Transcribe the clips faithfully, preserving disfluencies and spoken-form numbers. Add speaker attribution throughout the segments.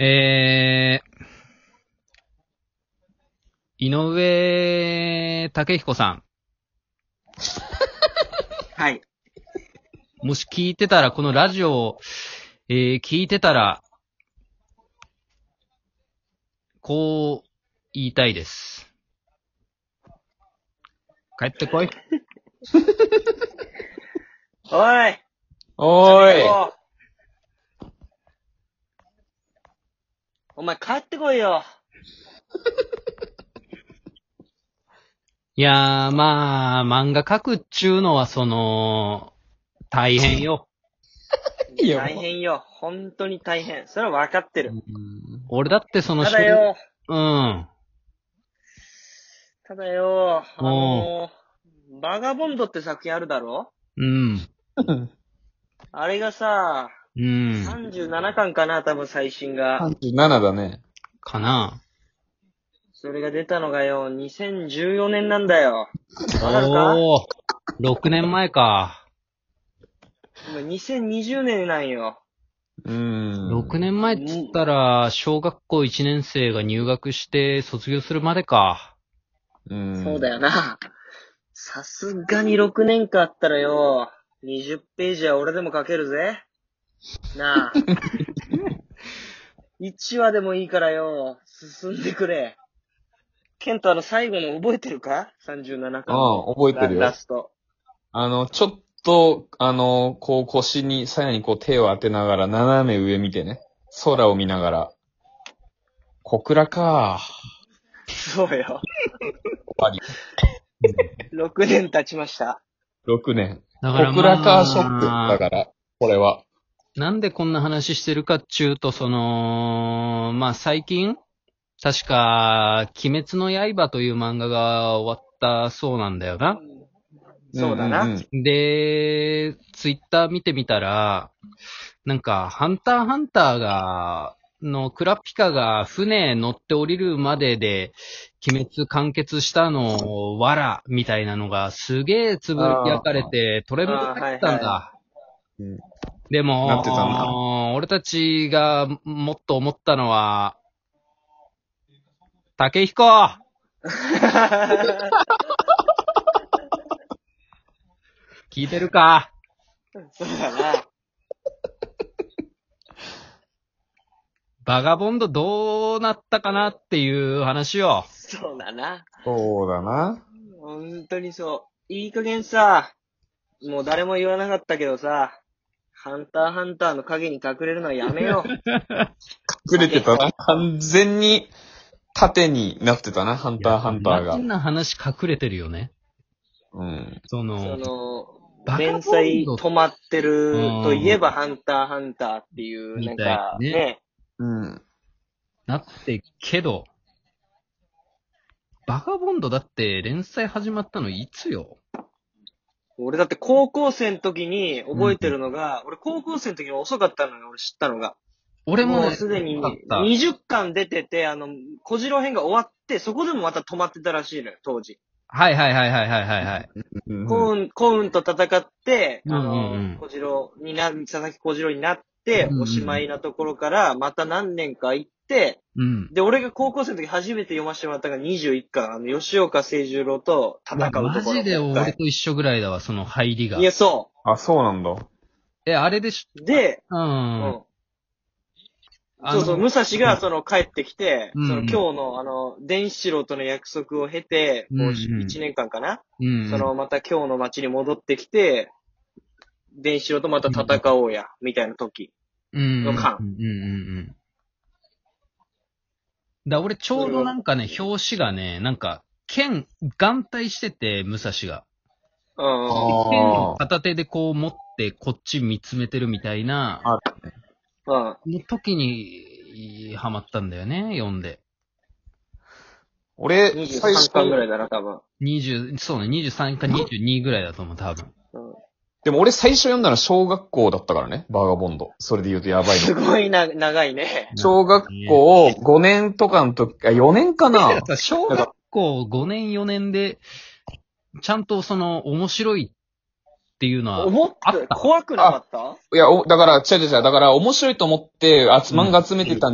Speaker 1: えー、井上武彦さん。
Speaker 2: はい。
Speaker 1: もし聞いてたら、このラジオを、えー、聞いてたら、こう、言いたいです。帰ってこい。
Speaker 2: おい
Speaker 3: おーい。
Speaker 2: おお前帰ってこいよ。
Speaker 1: いやー、まあ、漫画描くっちゅうのは、その、大変よ。
Speaker 3: いや
Speaker 2: 大変よ。本当に大変。それは分かってる。
Speaker 1: 俺だってその、
Speaker 2: ただよ。
Speaker 1: うん。
Speaker 2: ただよ。あのー、バガボンドって作品あるだろ？
Speaker 1: うん。
Speaker 2: あれがさ、
Speaker 1: うん。
Speaker 2: さんじゅうななかんかな、多分最新が。
Speaker 3: さんじゅうななだね。
Speaker 1: かな。
Speaker 2: それが出たのがよ、にせんじゅうよねんなんだよ。わかるか？
Speaker 1: おー、ろくねんまえか。
Speaker 2: 今にせんにじゅうねんなんよ。
Speaker 3: うーん。
Speaker 1: ろくねんまえっつったら、小学校いちねん生が入学して卒業するまでか。
Speaker 3: うーん。
Speaker 2: そうだよな。さすがにろくねんかあったらよ、にじゅっページは俺でも書けるぜ。なあ。いちわでもいいからよ、進んでくれ。ケントあの最後の覚えてるか ?さんじゅうなな 巻の。
Speaker 3: ああ、覚えてるよ
Speaker 2: ララスト。
Speaker 3: あの、ちょっと、あの、こう腰に、鞘にこう手を当てながら、斜め上見てね。空を見ながら。小倉か。
Speaker 2: そうよ。
Speaker 3: 終わり。
Speaker 2: ろくねん経ちました。
Speaker 3: ろくねん。
Speaker 1: だから
Speaker 3: 小倉かショック。
Speaker 1: まあ
Speaker 3: だから、これは。
Speaker 1: なんでこんな話してるかっちゅうと、その、まあ最近、確か、鬼滅の刃という漫画が終わったそうなんだよな。
Speaker 2: そうだな。
Speaker 3: んんん
Speaker 1: で、ツイッター見てみたら、なんか、ハンターハンターが、の、クラピカが船乗って降りるまでで、鬼滅完結したの、わら、みたいなのがすげえつぶやかれて、トレンド入ってたんだ。
Speaker 3: うん
Speaker 1: でも、
Speaker 3: なってたんだ
Speaker 1: 俺たちがもっと思ったのは、竹彦聞いてるか？
Speaker 2: そうだな。
Speaker 1: バガボンドどうなったかなっていう話よ。
Speaker 2: そうだな。
Speaker 3: そうだな。
Speaker 2: 本当にそう。いい加減さ、もう誰も言わなかったけどさ、ハンターハンターの影に隠れるのはやめよう。
Speaker 3: 隠れてたな。完全に縦になってたな、ハンターハンターが。
Speaker 1: 変な話隠れてるよね。
Speaker 3: うん。
Speaker 1: その、
Speaker 2: その、
Speaker 1: バカボンド
Speaker 2: 連載止まってるといえばハンターハンターっていう、なん
Speaker 1: みたい
Speaker 2: か
Speaker 1: ね
Speaker 2: ね、
Speaker 3: うん。
Speaker 1: なってけど、バカボンドだって連載始まったのいつよ？
Speaker 2: 俺だって高校生の時に覚えてるのが、俺高校生の時に遅かったのよ、俺知ったのが。
Speaker 1: 俺もね、
Speaker 2: もうすでに
Speaker 1: よかった
Speaker 2: にじゅっかん出てて、あの、小次郎編が終わって、そこでもまた止まってたらしいのよ、当時。
Speaker 1: はいはいはいはいはいはいはい。
Speaker 2: 幸運、幸運と戦って、あ
Speaker 1: うんうんうん
Speaker 2: の、小次郎にな、佐々木小次郎になって、
Speaker 1: うんうん
Speaker 2: おしまいなところから、また何年か行って、
Speaker 1: うん。
Speaker 2: で、俺が高校生の時初めて読ませてもらったのがにじゅういっかん、あの、吉岡清十郎と戦うところ。
Speaker 1: マジで俺と一緒ぐらいだわ、その入りが
Speaker 2: い。や、そ
Speaker 3: あ、そうなんだ。
Speaker 1: え、あれでし
Speaker 2: う。で、
Speaker 1: ょ？う。
Speaker 2: うんん。
Speaker 1: あの
Speaker 2: そうそう、武蔵がその帰ってきて、
Speaker 1: うん
Speaker 2: その今日のあの、伝七郎との約束を経て、こ
Speaker 1: うんう
Speaker 2: うんいちねんかんかな、
Speaker 1: うん。
Speaker 2: そのまた今日の街に戻ってきて、伝七郎とまた戦おうや、みたいな時。
Speaker 1: うん、うん
Speaker 2: の間
Speaker 1: うんうんうん。だ俺ちょうどなんかね、表紙がね、なんか、剣、眼帯してて、武蔵が。
Speaker 2: うんうん。
Speaker 3: あー
Speaker 1: 剣を片手でこう持って、こっち見つめてるみたいな、
Speaker 3: あ
Speaker 2: うん。
Speaker 1: の時に、ハマったんだよね、読んで。
Speaker 3: 俺、
Speaker 2: 23
Speaker 3: 最初、
Speaker 2: 巻ぐらいだな、多分。
Speaker 1: にじゅう、そうね、にじゅうさんかにじゅうにぐらいだと思う、多分。
Speaker 2: うん、
Speaker 3: でも俺最初読んだのは小学校だったからね、バーガボンド。それで言うとやばい
Speaker 2: す
Speaker 3: の。
Speaker 2: ごいな、長いね。
Speaker 3: 小学校ごねんとかの時、あ、よねんかな
Speaker 1: 小学校ごねんよねんで、ちゃんとその、面白いっていうのは、
Speaker 2: 思っ、
Speaker 1: あってた
Speaker 2: 怖くなかった？
Speaker 3: いや、お、だから、違う違う違う、だから面白いと思って、あつ、漫画集めてたんじゃなく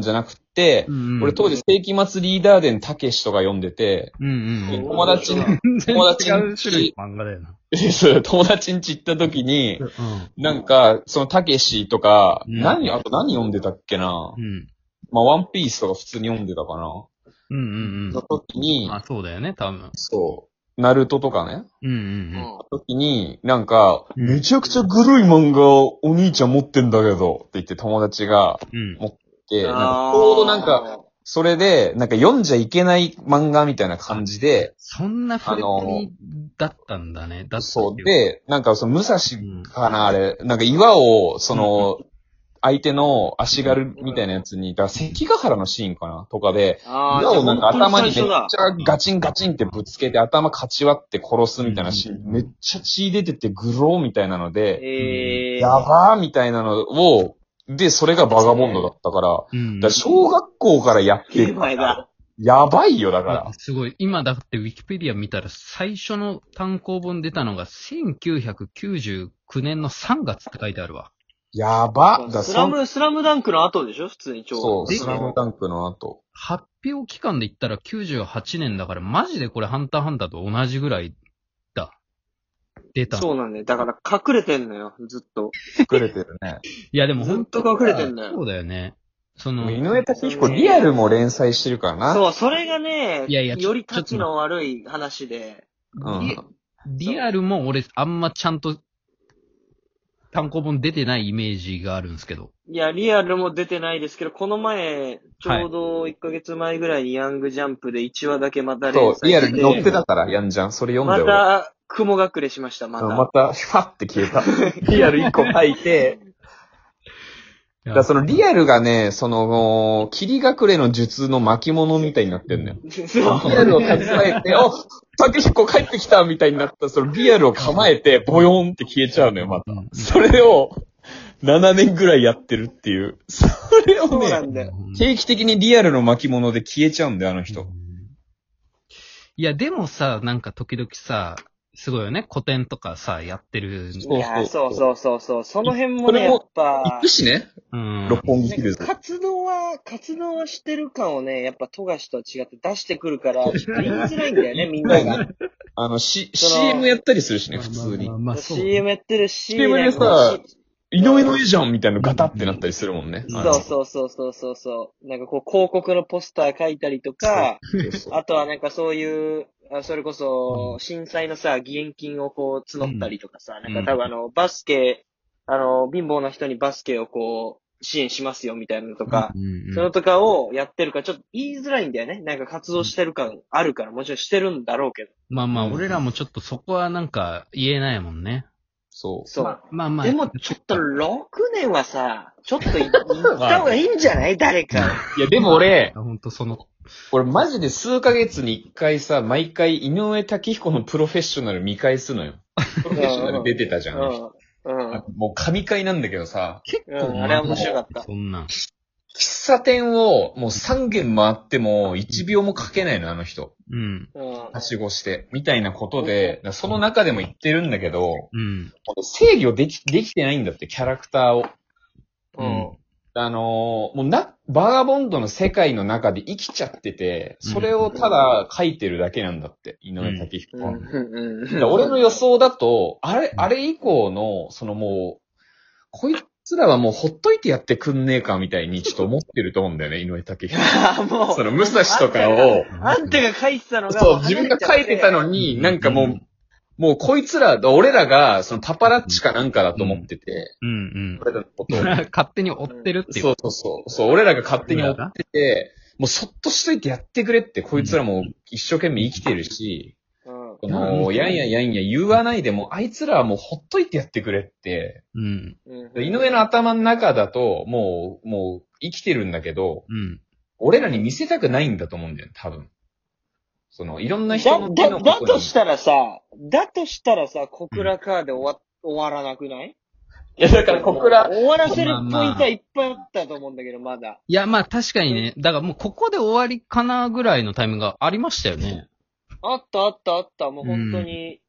Speaker 3: て、
Speaker 1: うんうん、
Speaker 3: 俺当時世紀末リーダー伝たけしとか読んでて、
Speaker 1: うんうんうん、
Speaker 3: 友達に、友達
Speaker 1: 違う
Speaker 3: に、
Speaker 1: 種類の漫画だよな。
Speaker 3: そう友達ん家行った時に、
Speaker 1: うん。
Speaker 3: なんか、そのたけしとか、
Speaker 1: うん
Speaker 3: 何、あと何読んでたっけな、
Speaker 1: うん。
Speaker 3: まあ、ワンピースとか普通に読んでたかな。
Speaker 1: うんうん
Speaker 3: の時に、
Speaker 1: まあそうだよね、多分。
Speaker 3: そう、ナルトとかね。
Speaker 1: うんうん
Speaker 2: うん。
Speaker 3: 時に、なんか、
Speaker 1: うん
Speaker 3: めちゃくちゃグルい漫画お兄ちゃん持ってんだけど、って言って友達が
Speaker 1: うん。
Speaker 3: 持って、なんか
Speaker 2: あ
Speaker 3: ちょうどなんか、それで、なんか読んじゃいけない漫画みたいな感じで、
Speaker 1: そんな触れ込みだったんだね。だった
Speaker 3: そう。
Speaker 1: ってい
Speaker 3: で、なんかその武蔵
Speaker 1: うん。
Speaker 3: かな、あれ、なんか岩を、その、相手の足軽みたいなやつに、だから関ヶ原のシーンかなとかで、
Speaker 2: あー
Speaker 3: 岩をなんか頭にめっち
Speaker 2: じゃあ
Speaker 3: ゃガチンガチンってぶつけて頭かち割って殺すみたいなシーン、
Speaker 1: うん
Speaker 3: めっちゃ血出ててグローみたいなので、
Speaker 2: えー。
Speaker 3: やばーみたいなのを、で、それがバガボンドだったから、だか
Speaker 1: うん。
Speaker 3: ら小学校からやって
Speaker 2: ゲー
Speaker 3: る
Speaker 2: ムだ。
Speaker 3: やばいよ、だから
Speaker 1: あ。すごい。今だってウィキペディア見たら最初の単行本出たのがせんきゅうひゃくきゅうじゅうきゅうねんのさんがつって書いてあるわ。
Speaker 3: やば。だ
Speaker 2: スラム、スラムダンクの後でしょ普通にちょうど。
Speaker 3: そう、スラムダンクの後。
Speaker 1: 発表期間で言ったらきゅうじゅうはちねんだからマジでこれハンターハンターと同じぐらいだ。出た。
Speaker 2: そうなんだよ。だから隠れてんのよ、ずっと。
Speaker 3: 隠れてるね。
Speaker 1: いやでも本当
Speaker 2: ずっと隠れてんだよ
Speaker 1: そうだよね。その、
Speaker 3: 井上武彦リアルも連載してるからな。
Speaker 2: そう、それがね、
Speaker 1: いやいやちょ
Speaker 2: より立ちの悪い話で。
Speaker 3: うん
Speaker 1: リリアルも俺あんまちゃんと単行本出てないイメージがあるんですけど。
Speaker 2: いや、リアルも出てないですけど、この前、ちょうどいっかげつまえぐらいにヤングジャンプでいちわだけまた
Speaker 3: そう、
Speaker 2: 連載
Speaker 3: リアルに載って
Speaker 2: て、
Speaker 3: たから、やんじゃん。それ読ん
Speaker 2: ま
Speaker 3: だよ。俺
Speaker 2: た、雲隠れしました、また。
Speaker 3: うんまた、ファって消えた。リアルいっこ書いて、だからそのリアルがね、その、霧隠れの術の巻物みたいになってんのよ。
Speaker 2: そう。
Speaker 3: リアルを携えて、お竹彦帰ってきたみたいになった、そのリアルを構えて、ボヨンって消えちゃうのよ、また
Speaker 1: うん。
Speaker 3: それを、ななねんぐらいやってるっていう。それを
Speaker 2: そうな
Speaker 3: ね、
Speaker 2: んだよ。
Speaker 3: 定期的にリアルの巻物で消えちゃうんだよ、あの人。
Speaker 1: いや、でもさ、なんか時々さ、すごいよね。古典とかさ、やってる。
Speaker 3: そう
Speaker 2: いや、そうそうそうそう。その辺もね、や
Speaker 3: それも
Speaker 2: っぱ
Speaker 3: 行、くしね、
Speaker 1: うん。
Speaker 3: 六本木ヒルズ。
Speaker 2: 活動は、活動はしてる感をね、やっぱ富樫とは違って出してくるから、言いづらいんだよね、みんなが。
Speaker 3: あの、し、
Speaker 2: その
Speaker 3: シーエム やったりするしね、普通に
Speaker 1: まあ。まあまあそう
Speaker 2: シーエム やってるし、
Speaker 3: シーエム でさ
Speaker 2: なんか
Speaker 3: 井上の絵じゃんみたいなのガタってなったりするもんね。
Speaker 2: そうそうそうそうそうそう。なんかこう広告のポスター書いたりとか、
Speaker 3: そうそう
Speaker 2: あとはなんかそういう、あそれこそ震災のさ、義援金をこう募ったりとかさ、
Speaker 1: うん
Speaker 2: なんか多分あの、バスケ、あの、貧乏な人にバスケをこう、支援しますよみたいなのとか、
Speaker 1: うんうん
Speaker 2: そのとかをやってるからちょっと言いづらいんだよね。なんか活動してる感あるから、もちろんしてるんだろうけど。
Speaker 1: まあまあ、
Speaker 3: うん
Speaker 1: 俺らもちょっとそこはなんか言えないもんね。
Speaker 3: そう。
Speaker 2: そう。
Speaker 1: まあまあまあ。
Speaker 2: でもちょっとろくねんはさ、ちょっと言った方がいいんじゃない誰か。
Speaker 3: いや、でも俺、
Speaker 1: ほんとその、
Speaker 3: 俺マジで数ヶ月に一回さ、毎回井上武彦のプロフェッショナル見返すのよ。プロフェッショナル出てたじゃん。あの人
Speaker 2: うん。うん
Speaker 3: あ。もう神回なんだけどさ、
Speaker 1: 結構、
Speaker 2: うんあれは面白かった
Speaker 1: そんなん。
Speaker 3: 喫茶店をもうさん軒回ってもいちびょうもかけないの、あの人。
Speaker 1: うん。
Speaker 2: うん。
Speaker 3: はしごして。みたいなことで、だからその中でも言ってるんだけど、
Speaker 1: うん。
Speaker 3: 制御でき、できてないんだって、キャラクターを。
Speaker 2: うん。
Speaker 3: あのーもうな、バーガボンドの世界の中で生きちゃってて、それをただ書いてるだけなんだって、井上武彦は。
Speaker 2: うん。うん。
Speaker 3: だから俺の予想だと、あれ、あれ以降の、そのもう、こいつらはもうほっといてやってくんねえかみたいにちょっと思ってると思うんだよね、井上武彦。
Speaker 2: あもう。
Speaker 3: その武蔵とかを、
Speaker 2: あんたが書いてたのが、
Speaker 3: そう、自分が書いてたのに、なんかもう、もうこいつら、俺らが、そのパパラッチかなんかだと思ってて、
Speaker 1: うん
Speaker 3: 俺らのことを。
Speaker 1: うん。勝手に追ってるっていう。
Speaker 3: そうそうそう。そう、俺らが勝手に追ってて、もうそっとしといてやってくれって、こいつらも一生懸命生きてるし、
Speaker 2: うん。
Speaker 3: この、やんややんや言わないでも、あいつらはもうほっといてやってくれって、
Speaker 1: うん。
Speaker 2: うん。
Speaker 3: 井上の頭の中だと、もう、もう生きてるんだけど、
Speaker 1: うん。
Speaker 3: 俺らに見せたくないんだと思うんだよ、多分。その、いろんな人
Speaker 2: だ、
Speaker 3: の手
Speaker 2: だ、
Speaker 3: のことに。
Speaker 2: だとしたらさ、だとしたらさ、小倉カーで終わ、終わらなくない
Speaker 3: いや、だから小倉、
Speaker 2: 終わらせるポイントはいっぱいあったと思うんだけど、まだ。
Speaker 1: いや、まあ確かにね。だからもうここで終わりかなぐらいのタイムがありましたよね。
Speaker 2: あったあったあった、もう本当に。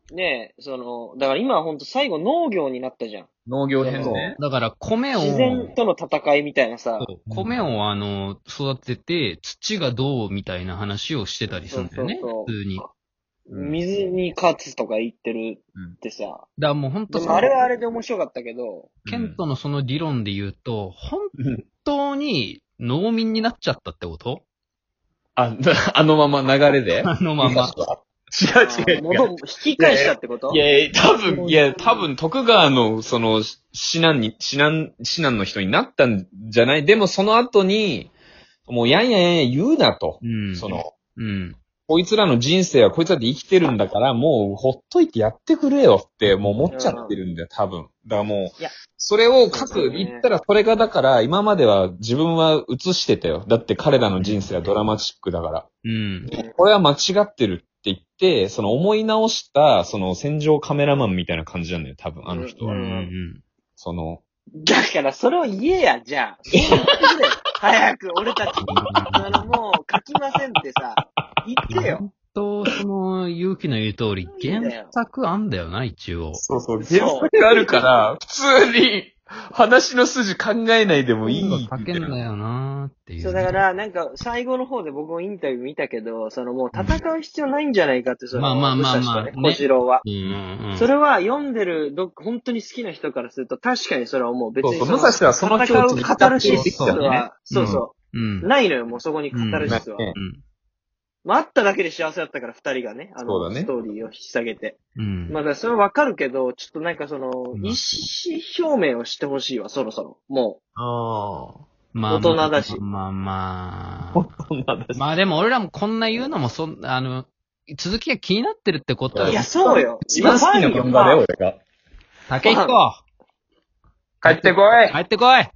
Speaker 2: ねえ、その、だから今はほんと最後農業になったじゃん。
Speaker 3: 農業編ね。
Speaker 1: だから米を、
Speaker 2: 自然との戦いみたいなさ。
Speaker 1: そう米をあの、育てて、土がどうみたいな話をしてたりするんだよね。
Speaker 2: そうそうそう
Speaker 1: 普通に。
Speaker 2: 水に勝つとか言ってるってさ。
Speaker 1: だからもう本当
Speaker 2: でもあれはあれで面白かったけど。
Speaker 1: ケントのその理論で言うと、本当に農民になっちゃったってこと？
Speaker 3: あ、あのまま流れで
Speaker 1: あのまま。
Speaker 3: 違う違う違う。
Speaker 2: 元引き返したってこと
Speaker 3: いやいや、多分、いや、多分、徳川の、その、指南に、指南、指南の人になったんじゃない？でもその後に、もうやんややんや言うなと。
Speaker 1: うん。
Speaker 3: その、
Speaker 1: うん。
Speaker 3: こいつらの人生はこいつらで生きてるんだから、もうほっといてやってくれよって、もう思っちゃってるんだよ、多分。だからもう、
Speaker 2: いや
Speaker 3: それを書く、
Speaker 2: そうですね
Speaker 3: 言ったらそれがだから、今までは自分は映してたよ。だって彼らの人生はドラマチックだから。
Speaker 1: うん。
Speaker 3: これは間違ってるって言って、その思い直した、その戦場カメラマンみたいな感じなんだよ、多分、あの人は。
Speaker 1: うん。うん。
Speaker 3: その、
Speaker 2: だからそれを言えや、じゃあ。言ってくれ早く、俺たちに。あの、もう書きませんってさ、言ってよ。
Speaker 1: と、その、勇気の言う通り、原作あんだよな、一応。
Speaker 3: そうそう、
Speaker 2: そう
Speaker 3: 原作あるから、普通に話の筋考えないでもいい。
Speaker 1: 書けんだよなーっていう。
Speaker 2: そう、だから、なんか、最後の方で僕もインタビュー見たけど、そのもう戦う必要ないんじゃないかって、その、
Speaker 1: まあまあまあまあ
Speaker 2: 武蔵とね、
Speaker 1: ね
Speaker 2: 小次郎は。
Speaker 1: うんうんうん。
Speaker 2: それは読んでるど、本当に好きな人からすると、確かにそれはもう別に
Speaker 3: そうそう武蔵はその境地に
Speaker 2: 戦うカタルシス
Speaker 1: そうね
Speaker 2: は、そうそうう。
Speaker 1: ん。
Speaker 2: ないのよ、もうそこにカタルシスは。
Speaker 3: うん
Speaker 1: うん。
Speaker 2: まあ、あっただけで幸せだったから、二人がね、あの、
Speaker 3: そうだね
Speaker 2: ストーリーを引き下げて。
Speaker 1: うん。
Speaker 2: まあ、だからそれはわかるけど、ちょっとなんかその、
Speaker 1: うん
Speaker 2: 意思表明をしてほしいわ、そろそろ。も
Speaker 3: ああ。
Speaker 1: まあ、
Speaker 2: 大人だし
Speaker 1: まあまあ。
Speaker 3: そんなだし。
Speaker 1: まあでも俺らもこんな言うのもそん、あの、続きが気になってるってこと
Speaker 2: う。
Speaker 1: はい
Speaker 2: や、そうよ。
Speaker 3: 一番好きな漫画だよ、俺が。
Speaker 1: 竹彦
Speaker 3: 帰ってこい
Speaker 1: 帰ってこい